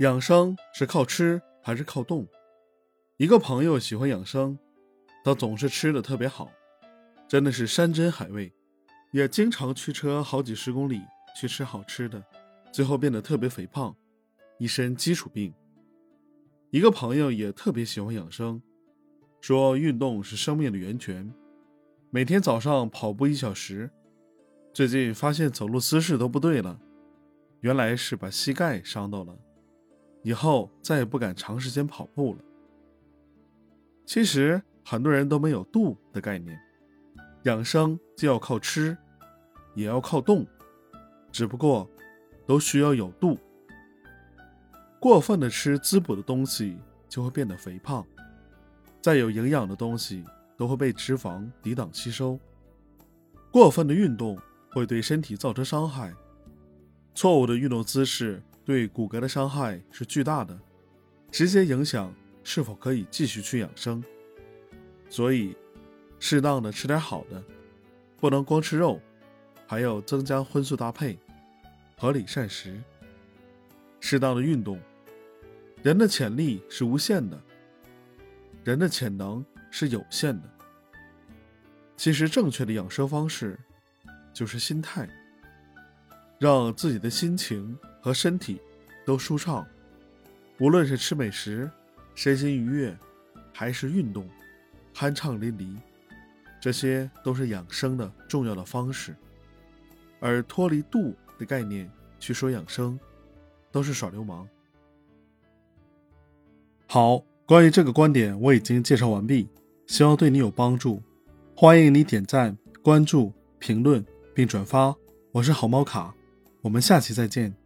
养生是靠吃还是靠动？一个朋友喜欢养生，他总是吃得特别好，真的是山珍海味，也经常驱车好几十公里去吃好吃的，最后变得特别肥胖，一身基础病。一个朋友也特别喜欢养生，说运动是生命的源泉，每天早上跑步1小时，最近发现走路姿势都不对了，原来是把膝盖伤到了，以后再也不敢长时间跑步了。其实很多人都没有度的概念，养生既要靠吃，也要靠动，只不过都需要有度。过分的吃滋补的东西就会变得肥胖，再有营养的东西都会被脂肪抵挡吸收。过分的运动会对身体造成伤害，错误的运动姿势对骨骼的伤害是巨大的，直接影响是否可以继续去养生。所以适当的吃点好的，不能光吃肉，还要增加荤素搭配，合理膳食，适当的运动。人的潜力是无限的，人的潜能是有限的。其实正确的养生方式就是心态，让自己的心情和身体都舒畅，无论是吃美食，身心愉悦，还是运动，酣畅淋漓，这些都是养生的重要的方式。而脱离度的概念去说养生，都是耍流氓。好，关于这个观点我已经介绍完毕，希望对你有帮助。欢迎你点赞、关注、评论并转发，我是好猫卡，我们下期再见。